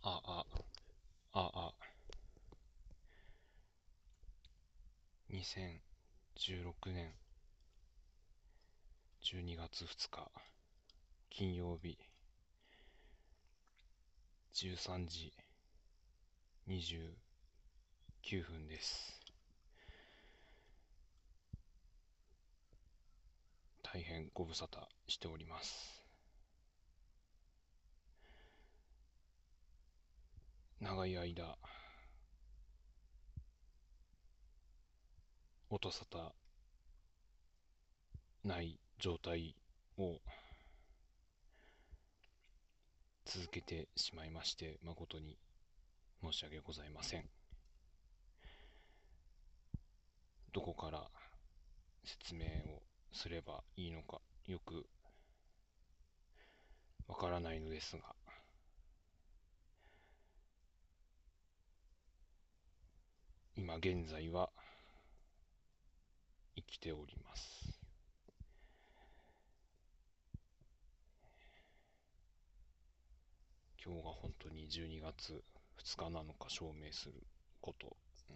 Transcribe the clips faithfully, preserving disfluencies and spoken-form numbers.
あ、あ、あ、あ、にせんじゅうろくねんじゅうにがつふつか金曜日じゅうさんじにじゅうきゅうふんです。大変ご無沙汰しております。長い間音沙汰ない状態を続けてしまいまして誠に申し訳ございません。どこから説明をすればいいのかよくわからないのですが、今現在は生きております。今日が本当にじゅうにがつふつかなのか証明すること、うん、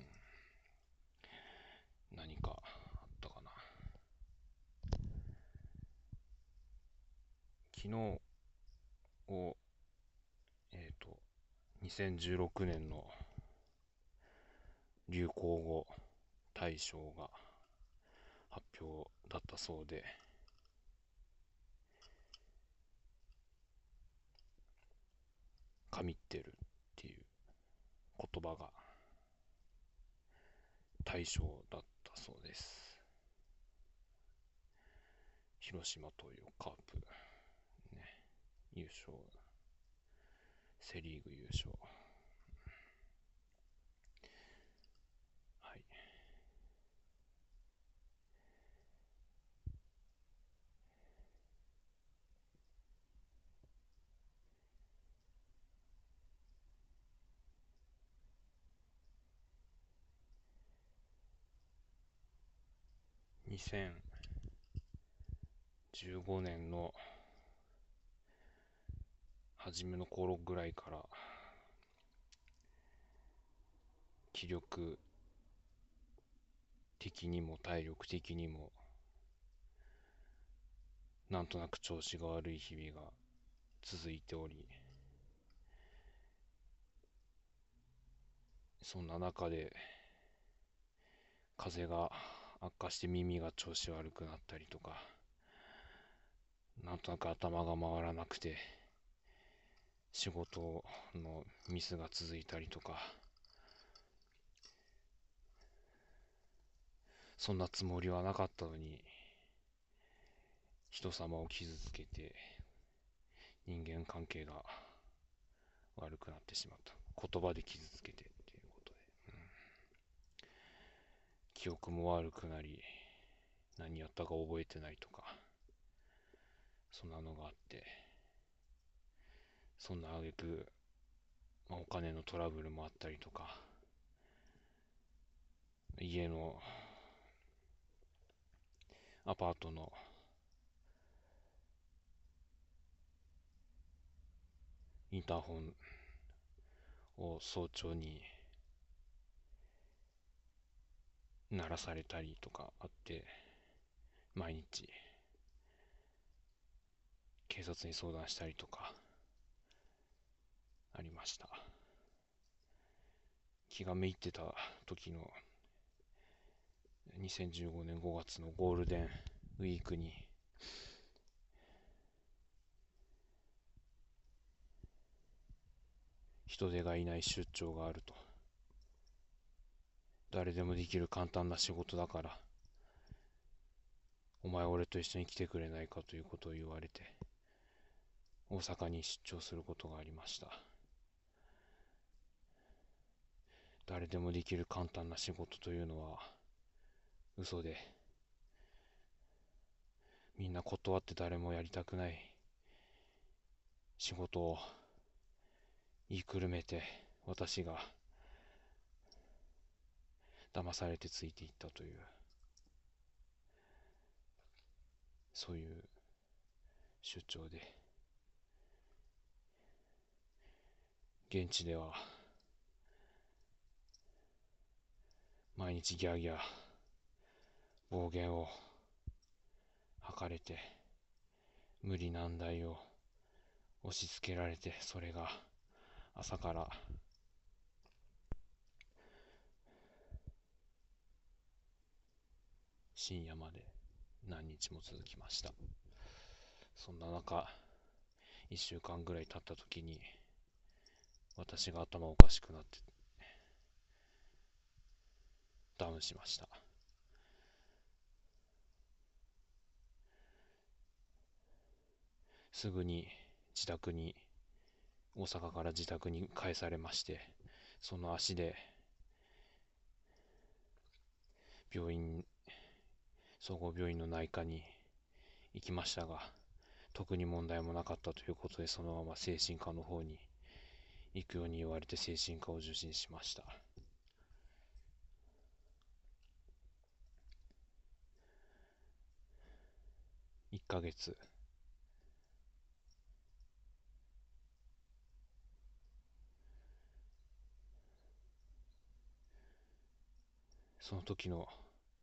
何かあったかな。昨日を、えっ、と、にせんじゅうろくねんの流行語大賞が発表だったそうで、神ってるっていう言葉が大賞だったそうです。広島というカープ、ね、優勝、セリーグ優勝。はい。にせんじゅうごねんの初めの頃ぐらいから気力的にも体力的にもなんとなく調子が悪い日々が続いており、そんな中で風邪が悪化して耳が調子悪くなったりとか、なんとなく頭が回らなくて仕事のミスが続いたりとか、そんなつもりはなかったのに人様を傷つけて人間関係が悪くなってしまった。言葉で傷つけてっていうことで、うん、記憶も悪くなり何やったか覚えてないとか、そんなのがあって、そんな挙句、まあ、お金のトラブルもあったりとか、家のアパートのインターホンを早朝に鳴らされたりとかあって、毎日警察に相談したりとかありました。気がめいってた時のにせんじゅうごねんごがつのゴールデンウィークに人手がいない出張があると。誰でもできる簡単な仕事だからお前俺と一緒に来てくれないかということを言われて大阪に出張することがありました。誰でもできる簡単な仕事というのは嘘で、みんな断って誰もやりたくない仕事を言いくるめて私が騙されてついていったという、そういう出張で、 現地では毎日ギャーギャー暴言を吐かれて、無理難題を押し付けられて、それが朝から深夜まで何日も続きました。そんな中、いっしゅうかんぐらい経った時に私が頭おかしくなってダウンしました。すぐに自宅に大阪から自宅に帰されまして、その足で病院総合病院の内科に行きましたが、特に問題もなかったということで、そのまま精神科の方に行くように言われて精神科を受診しました。いっかげつその時の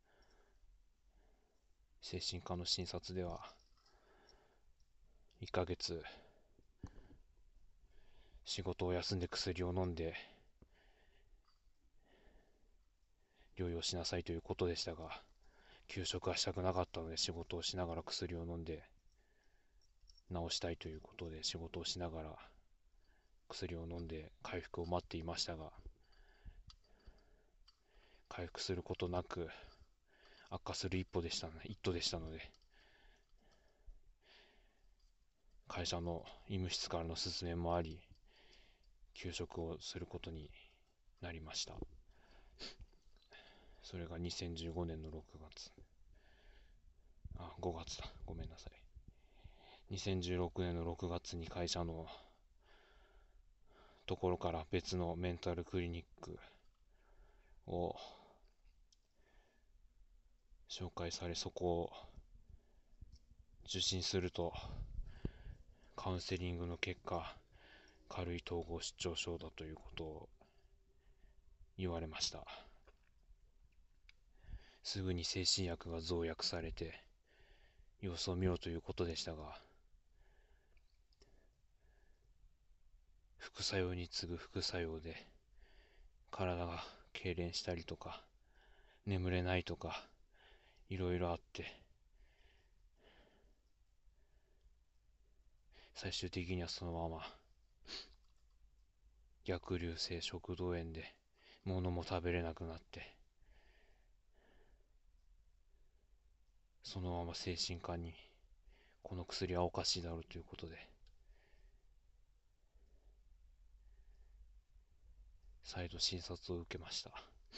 精神科の診察では、いっかげつ仕事を休んで薬を飲んで療養しなさいということでしたが、休職はしたくなかったので、仕事をしながら薬を飲んで治したいということで、仕事をしながら薬を飲んで回復を待っていましたが、回復することなく悪化する一歩でしたね一途でしたので、会社の医務室からの勧めもあり、休職をすることになりました。それがにせんじゅうごねんのろくがつ、あ、ごがつだ、ごめんなさい。にせんじゅうろくねんのろくがつに会社のところから別のメンタルクリニックを紹介され、そこを受診すると、カウンセリングの結果、軽い統合失調症だということを言われました。すぐに精神薬が増薬されて様子を見ろということでしたが、副作用に次ぐ副作用で体が痙攣したりとか眠れないとかいろいろあって、最終的にはそのまま逆流性食道炎で物も食べれなくなって、そのまま精神科にこの薬はおかしいだろうということで再度診察を受けました。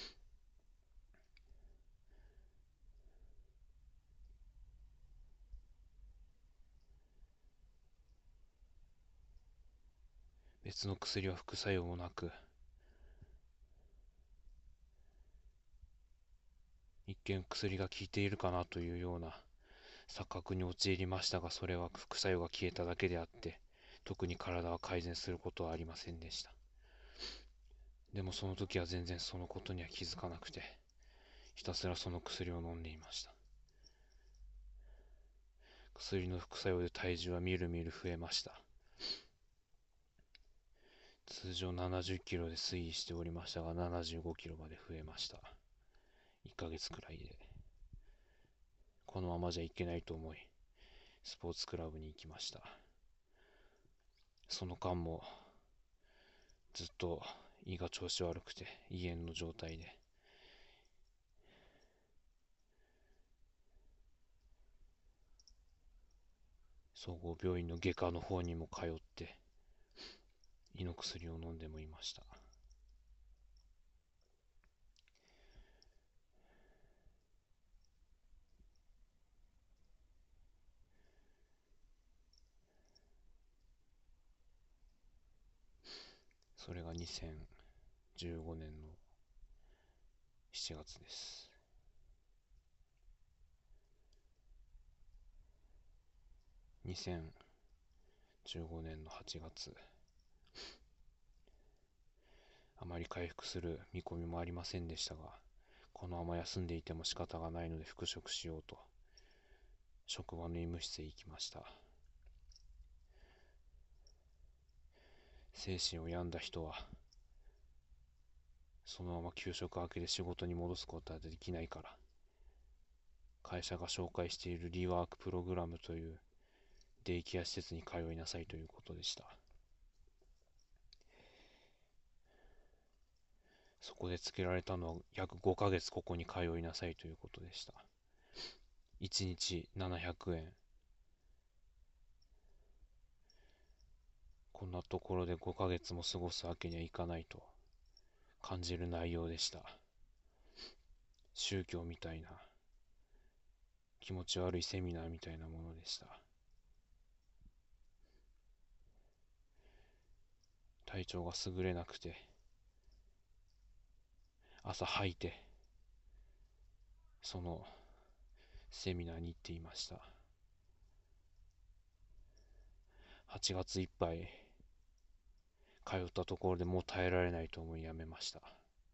別の薬は副作用もなく、一見薬が効いているかなというような錯覚に陥りましたが、それは副作用が消えただけであって、特に体は改善することはありませんでした。でもその時は全然そのことには気づかなくて、ひたすらその薬を飲んでいました。薬の副作用で体重はみるみる増えました。通常ななじゅっキロで推移しておりましたが、ななじゅうごキロまで増えました。いっかげつくらいで。このままじゃいけないと思い、スポーツクラブに行きました。その間もずっと胃が調子悪くて胃炎の状態で、総合病院の外科の方にも通って胃の薬を飲んでもいました。それがにせんじゅうごねんのしちがつです。にせんじゅうごねんのはちがつ、 あまり回復する見込みもありませんでしたが、このまま休んでいても仕方がないので復職しようと職場の医務室へ行きました。精神を病んだ人はそのまま休職明けで仕事に戻すことはできないから、会社が紹介しているリワークプログラムというデイケア施設に通いなさいということでした。そこで告げられたのは約ごかげつここに通いなさいということでした。いちにちななひゃくえん。こんなところでごかげつも過ごすわけにはいかないと感じる内容でした。宗教みたいな、気持ち悪いセミナーみたいなものでした。体調が優れなくて、朝吐いてそのセミナーに行っていました。はちがついっぱい通ったところでもう耐えられないと思いやめました。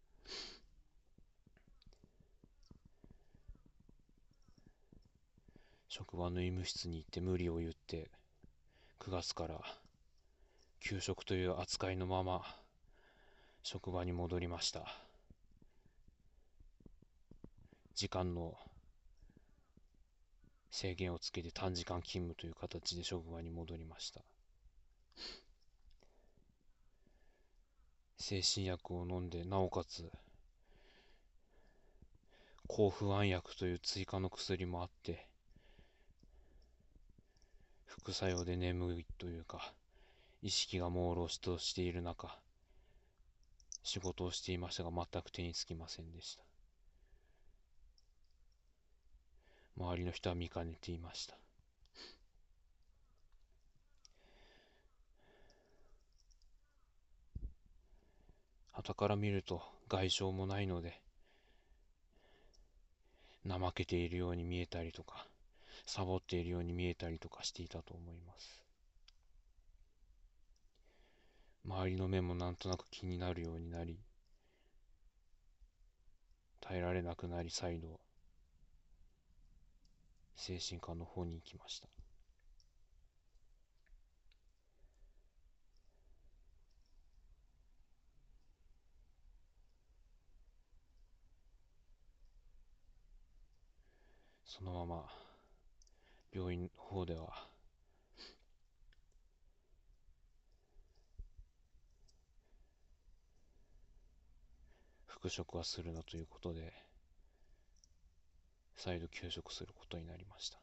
職場の医務室に行って無理を言ってくがつから休職という扱いのまま職場に戻りました。時間の制限をつけて短時間勤務という形で職場に戻りました。精神薬を飲んで、なおかつ抗不安薬という追加の薬もあって、副作用で眠いというか意識が朦朧としている中、仕事をしていましたが全く手につきませんでした。周りの人は見かねていました。傍から見ると外傷もないので怠けているように見えたりとか、サボっているように見えたりとかしていたと思います。周りの目もなんとなく気になるようになり、耐えられなくなり、再度精神科の方に行きました。そのまま病院の方では復職はするなということで再度休職することになりました。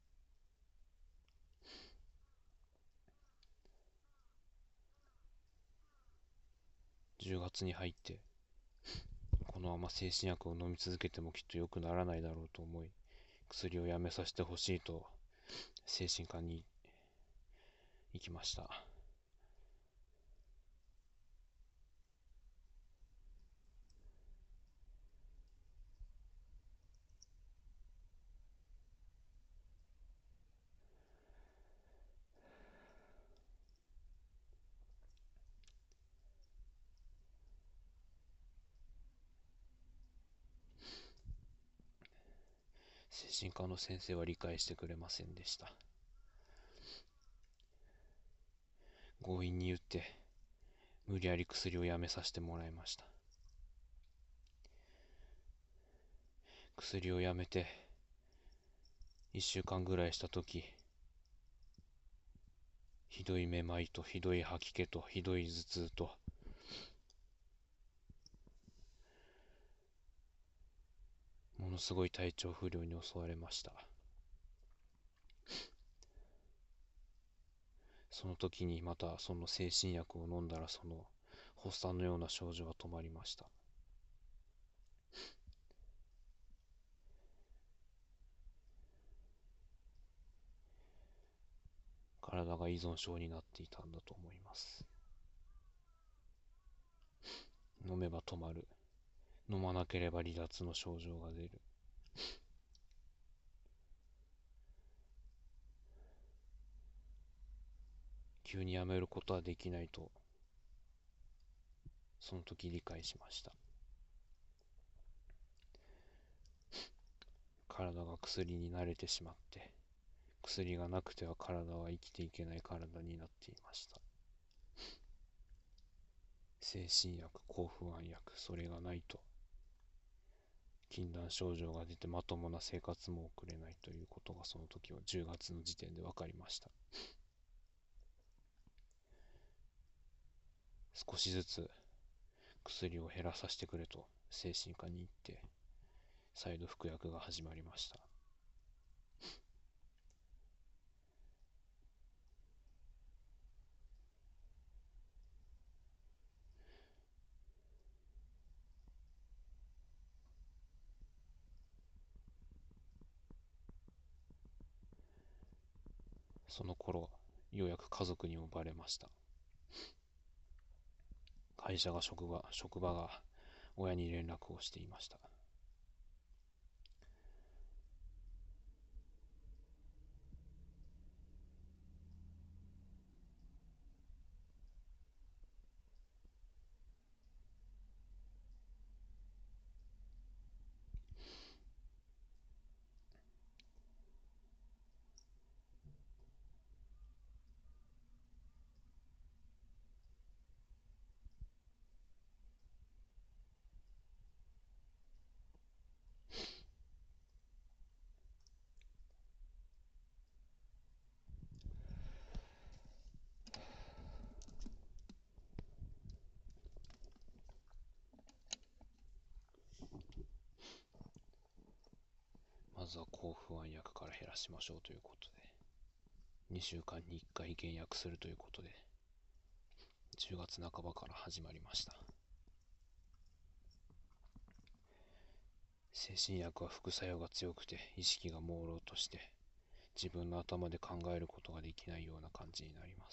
じゅうがつに入ってこのまま精神薬を飲み続けてもきっと良くならないだろうと思い、薬をやめさせてほしいと精神科に行きました。精神科の先生は理解してくれませんでした。強引に言って無理やり薬をやめさせてもらいました。薬をやめていっしゅうかんぐらいした時、ひどいめまいとひどい吐き気とひどい頭痛とものすごい体調不良に襲われました。その時にまたその精神薬を飲んだら、その発作のような症状が止まりました。体が依存症になっていたんだと思います。飲めば止まる、飲まなければ離脱の症状が出る。急にやめることはできないとその時理解しました。体が薬に慣れてしまって、薬がなくては体は生きていけない体になっていました。精神薬、抗不安薬、それがないと禁断症状が出てまともな生活も送れないということが、その時はじゅうがつの時点で分かりました。少しずつ薬を減らさせてくれと精神科に行って、再度服薬が始まりました。その頃、ようやく家族にもバレました。会社が職場、職場が親に連絡をしていました。まずは抗不安薬から減らしましょうということで、にしゅうかんにいっかい減薬するということで、じゅうがつなかばから始まりました。精神薬は副作用が強くて意識が朦朧として、自分の頭で考えることができないような感じになります。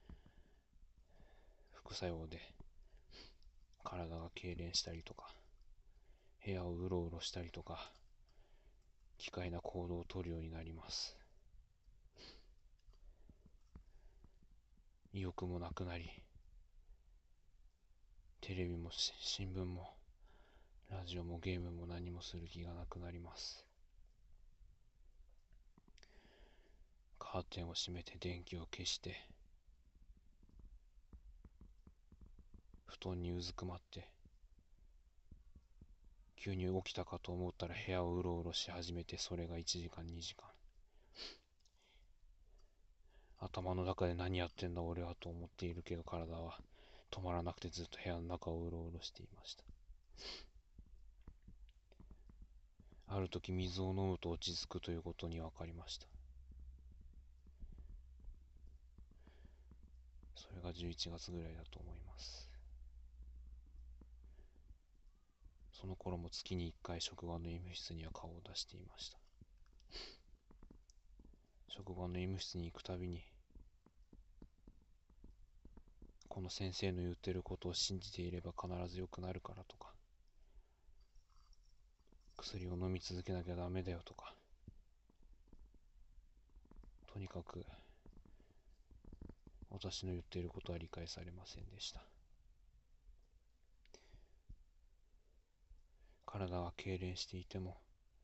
副作用で体が痙攣したりとか、部屋をうろうろしたりとか、奇怪な行動をとるようになります。意欲もなくなり、テレビも新聞もラジオもゲームも何もする気がなくなります。カーテンを閉めて電気を消して、布団にうずくまって、急に起きたかと思ったら部屋をうろうろし始めて、それがいちじかんにじかん。頭の中で何やってんだ俺はと思っているけど、体は止まらなくてずっと部屋の中をうろうろしていました。ある時水を飲むと落ち着くということに分かりました。それがじゅういちがつぐらいだと思います。その頃も月にいっかい職場の医務室には顔を出していました。職場の医務室に行くたびに、この先生の言ってることを信じていれば必ず良くなるからとか、薬を飲み続けなきゃダメだよとか、とにかく私の言っていることは理解されませんでした。体が痙攣していても、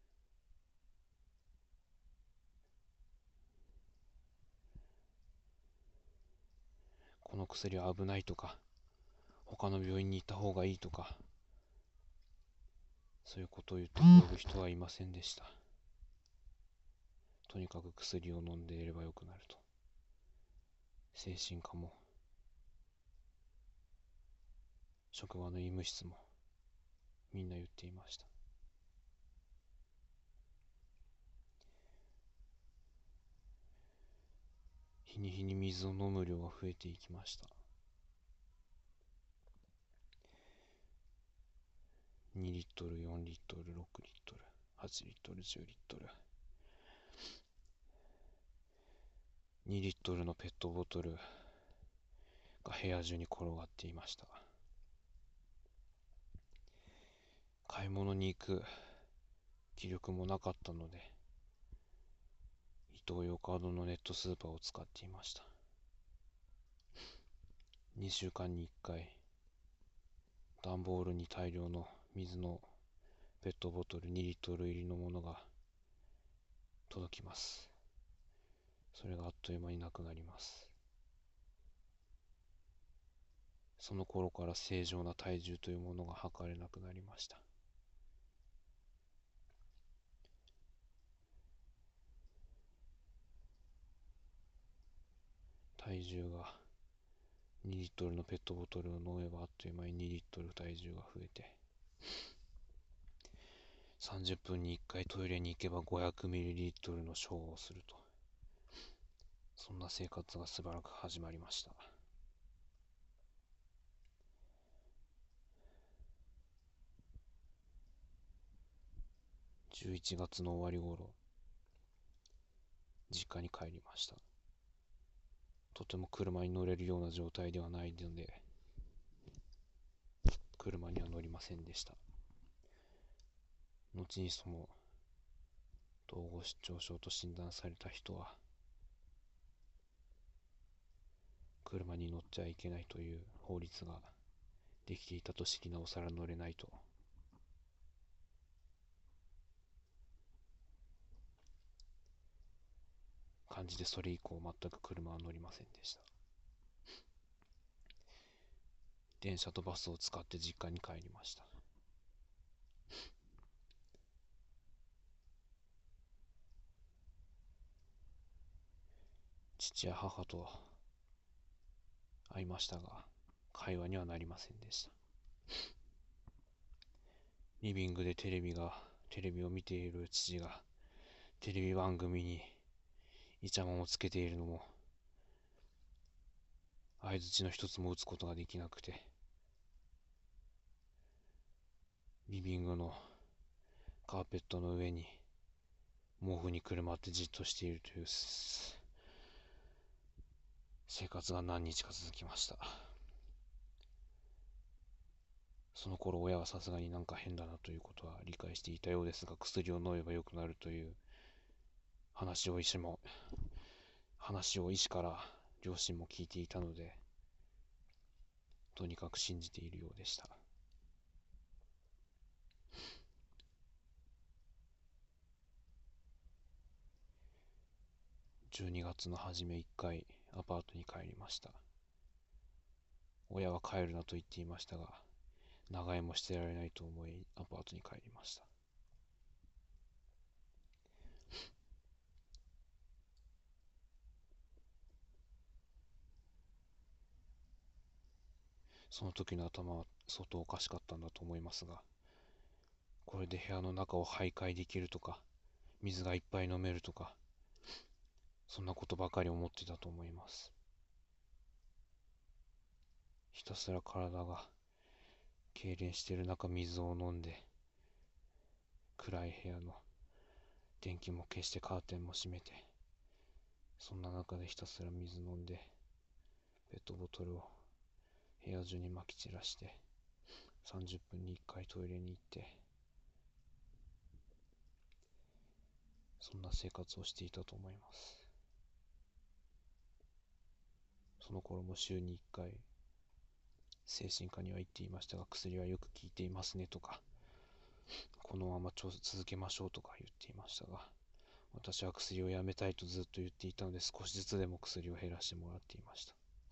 この薬は危ないとか、他の病院に行った方がいいとか、そういうことを言ってくれる人はいませんでした。とにかく薬を飲んでいればよくなると、精神科も職場の医務室もみんな言っていました。日に日に水を飲む量が増えていきました。にリットル、よんリットル、ろくリットル、はちリットル、じゅうリットル。にリットルのペットボトルが部屋中に転がっていました。買い物に行く気力もなかったので、イトーヨーカドーのネットスーパーを使っていました。にしゅうかんにいっかい段ボールに大量の水のペットボトルにリットル入りのものが届きます。それがあっという間になくなります。その頃から正常な体重というものが測れなくなりました。体重がにリットルのペットボトルを飲めばあっという間ににリットル体重が増えて、さんじゅっぷんにいっかいトイレに行けばごひゃくミリリットルのショーをすると、そんな生活がしばらく始まりました。じゅういちがつの終わり頃、実家に帰りました。とても車に乗れるような状態ではないので、車には乗りませんでした。後にその統合失調症と診断された人は、車に乗っちゃいけないという法律ができていたとしきなおさら乗れないと感じで、それ以降全く車は乗りませんでした。電車とバスを使って実家に帰りました。父や母と会いましたが、会話にはなりませんでした。リビングでテレビがテレビを見ている父がテレビ番組にイチャモンをつけているのも相槌の一つも打つことができなくて、リビングのカーペットの上に毛布にくるまってじっとしているという生活が何日か続きました。その頃親はさすがになんか変だなということは理解していたようですが、薬を飲めば良くなるという話を医師も話を医師から両親も聞いていたので、とにかく信じているようでした。じゅうにがつの初めいっかいアパートに帰りました。親は帰るなと言っていましたが、長居もしてられないと思いアパートに帰りました。その時の頭は相当おかしかったんだと思いますが、これで部屋の中を徘徊できるとか、水がいっぱい飲めるとか、そんなことばかり思ってたと思います。ひたすら体が痙攣している中、水を飲んで、暗い部屋の電気も消してカーテンも閉めて、そんな中でひたすら水飲んで、ペットボトルを部屋中にまき散らして、さんじゅっぷんにいっかいトイレに行って、そんな生活をしていたと思います。その頃も週にいっかい精神科には行っていましたが、薬はよく効いていますねとか、このまま続けましょうとか言っていましたが、私は薬をやめたいとずっと言っていたので、少しずつでも薬を減らしてもらっていました。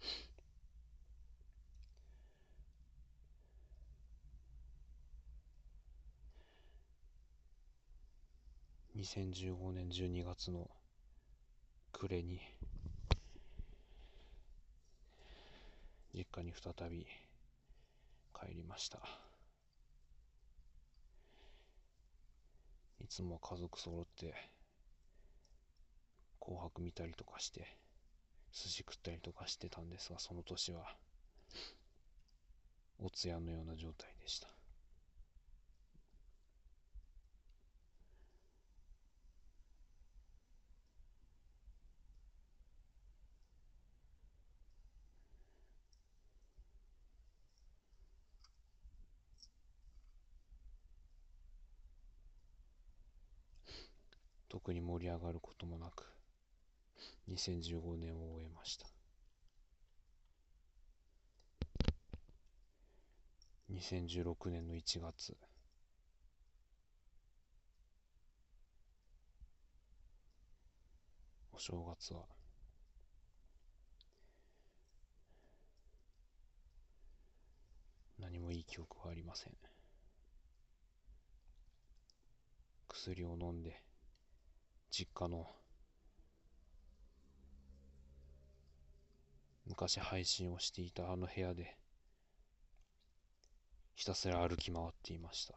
にせんじゅうごねんじゅうにがつの暮れに実家に再び帰りました。いつもは家族揃って紅白見たりとかして寿司食ったりとかしてたんですが、その年はお通夜のような状態でした。特に盛り上がることもなくにせんじゅうごねんを終えました。 にせんじゅうろくねんのいちがつ、お正月は何もいい記憶はありません。薬を飲んで実家の昔配信をしていたあの部屋でひたすら歩き回っていました。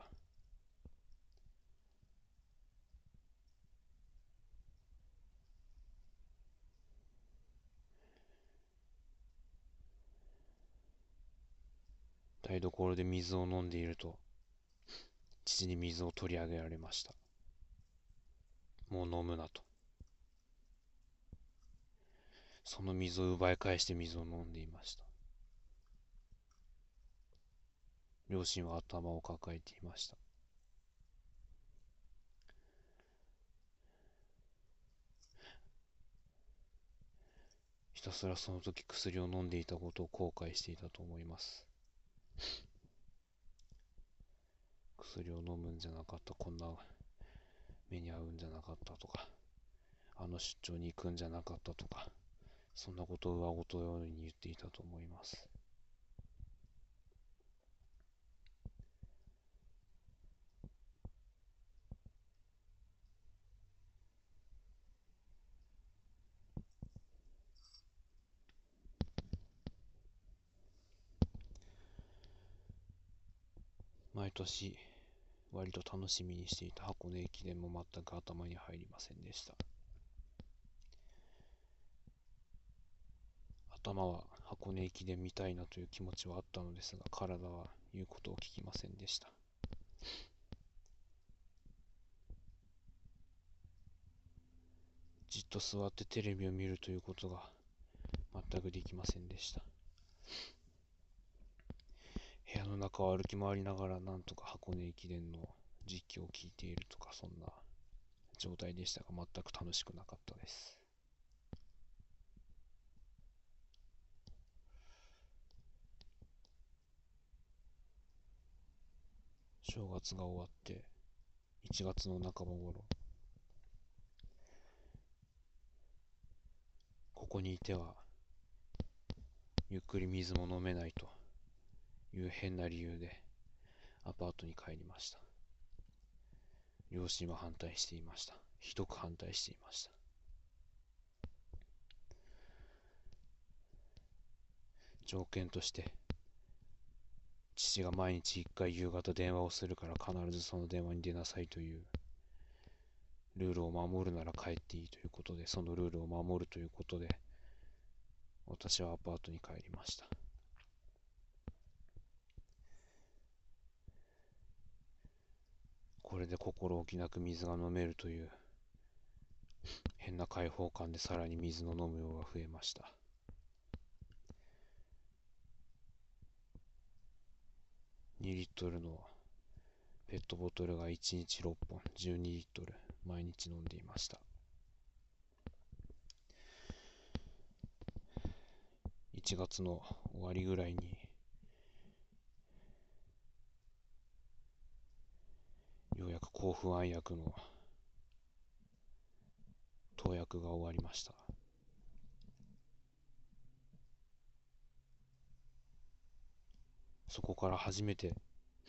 台所で水を飲んでいると父に水を取り上げられました。もう飲むなと。その水を奪い返して水を飲んでいました。両親は頭を抱えていました。ひたすらその時薬を飲んでいたことを後悔していたと思います。薬を飲むんじゃなかった、こんな目に遭うんじゃなかったとか、あの出張に行くんじゃなかったとか、そんなことを上ごとように言っていたと思います。毎年割と楽しみにしていた箱根駅伝も全く頭に入りませんでした。頭は箱根駅伝見たいなという気持ちはあったのですが、体は言うことを聞きませんでした。じっと座ってテレビを見るということが全くできませんでした。部屋の中を歩き回りながらなんとか箱根駅伝の実況を聞いているとか、そんな状態でしたが全く楽しくなかったです。正月が終わっていちがつの半ば頃、ここにいてはゆっくり水も飲めないという変な理由でアパートに帰りました。両親は反対していました。ひどく反対していました。条件として父が毎日いっかい夕方電話をするから必ずその電話に出なさいというルールを守るなら帰っていいということで、そのルールを守るということで私はアパートに帰りました。これで心置きなく水が飲めるという変な開放感でさらに水の飲む量が増えました。にリットルのペットボトルがいちにちろっぽん、じゅうにリットル毎日飲んでいました。いちがつの終わりぐらいにようやく抗不安薬の投薬が終わりました。そこから初めて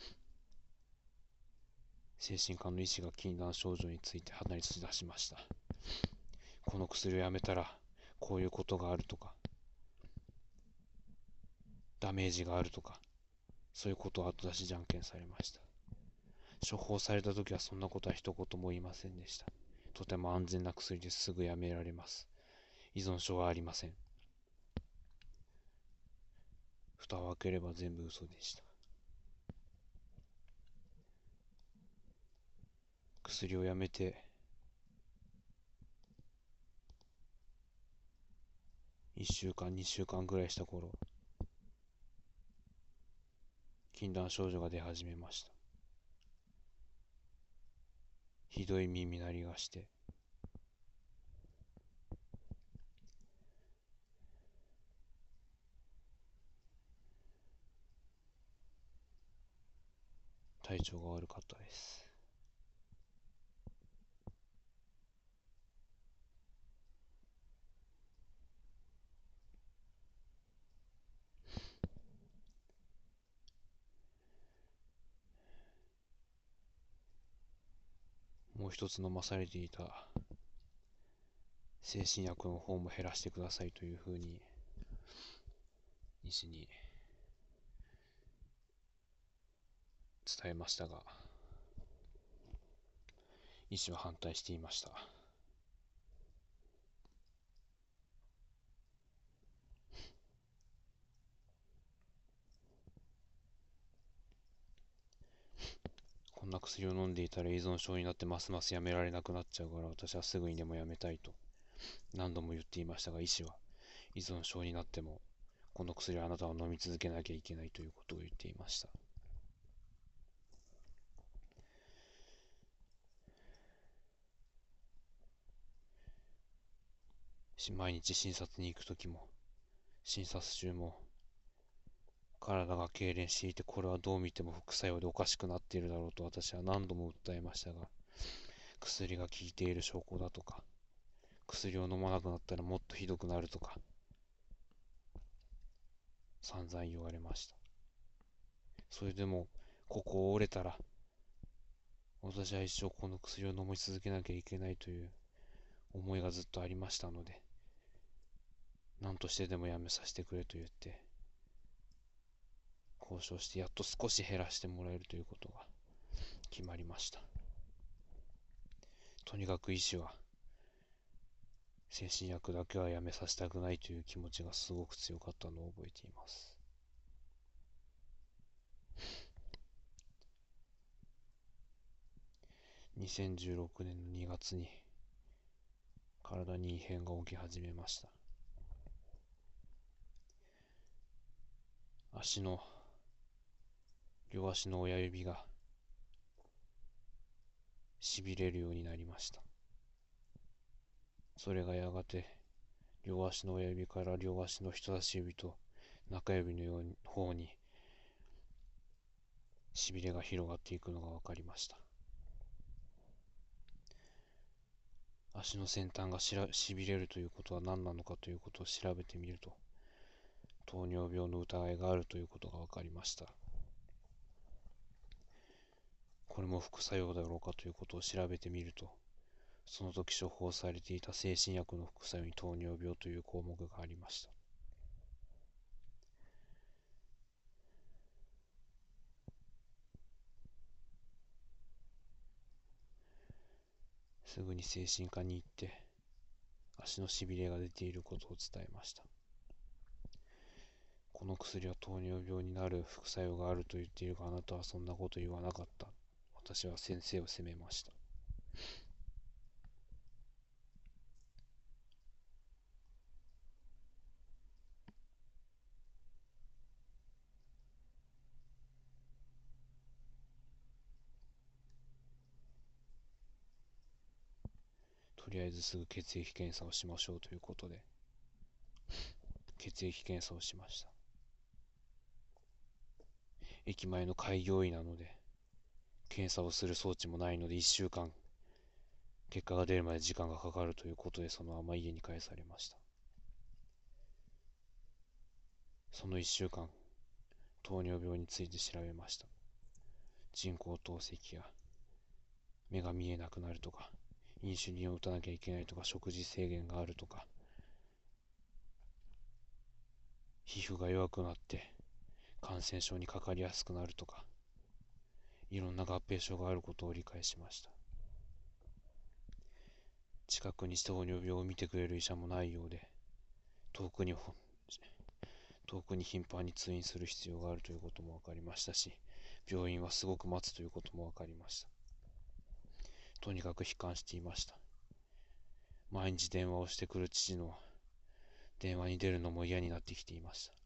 精神科の医師が禁断症状について話し出しました。この薬をやめたらこういうことがあるとか、ダメージがあるとか、そういうことを後出しじゃんけんされました。処方された時はそんなことは一言も言いませんでした。とても安全な薬です。すぐやめられます。依存症はありません。蓋を開ければ全部嘘でした。薬をやめていっしゅうかんにしゅうかんぐらいした頃、禁断症状が出始めました。ひどい耳鳴りがして、 体調が悪かったです。もう一つ飲まされていた精神薬の方も減らしてくださいというふうに医師に伝えましたが、医師は反対していました。こんな薬を飲んでいたら依存症になってますますやめられなくなっちゃうから、私はすぐにでもやめたいと何度も言っていましたが、医師は依存症になってもこの薬はあなたは飲み続けなきゃいけないということを言っていました。毎日診察に行くときも診察中も体が痙攣していて、これはどう見ても副作用でおかしくなっているだろうと私は何度も訴えましたが、薬が効いている証拠だとか、薬を飲まなくなったらもっとひどくなるとか散々言われました。それでもここを折れたら私は一生この薬を飲み続けなきゃいけないという思いがずっとありましたので、何としてでもやめさせてくれと言って交渉して、やっと少し減らしてもらえるということが決まりました。とにかく医師は精神薬だけはやめさせたくないという気持ちがすごく強かったのを覚えています。にせんじゅうろくねんのにがつに体に異変が起き始めました。足の両足の親指がしびれるようになりました。それがやがて両足の親指から両足の人差し指と中指のように方にしびれが広がっていくのが分かりました。足の先端がしらしびれるということは何なのかということを調べてみると、糖尿病の疑いがあるということが分かりました。これも副作用だろうかということを調べてみると、その時処方されていた精神薬の副作用に糖尿病という項目がありました。すぐに精神科に行って足のしびれが出ていることを伝えました。この薬は糖尿病になる副作用があると言っているが、あなたはそんなこと言わなかった。私は先生を責めました。とりあえずすぐ血液検査をしましょうということで血液検査をしました。駅前の開業医なので検査をする装置もないので、いっしゅうかん結果が出るまで時間がかかるということで、そのまま家に帰されました。そのいっしゅうかん糖尿病について調べました。人工透析や目が見えなくなるとか、インシュリンを打たなきゃいけないとか、食事制限があるとか、皮膚が弱くなって感染症にかかりやすくなるとか、いろんな合併症があることを理解しました。近くに糖尿病を見てくれる医者もないようで、遠くに遠くに頻繁に通院する必要があるということも分かりましたし、病院はすごく待つということも分かりました。とにかく悲観していました。毎日電話をしてくる父の電話に出るのも嫌になってきていました。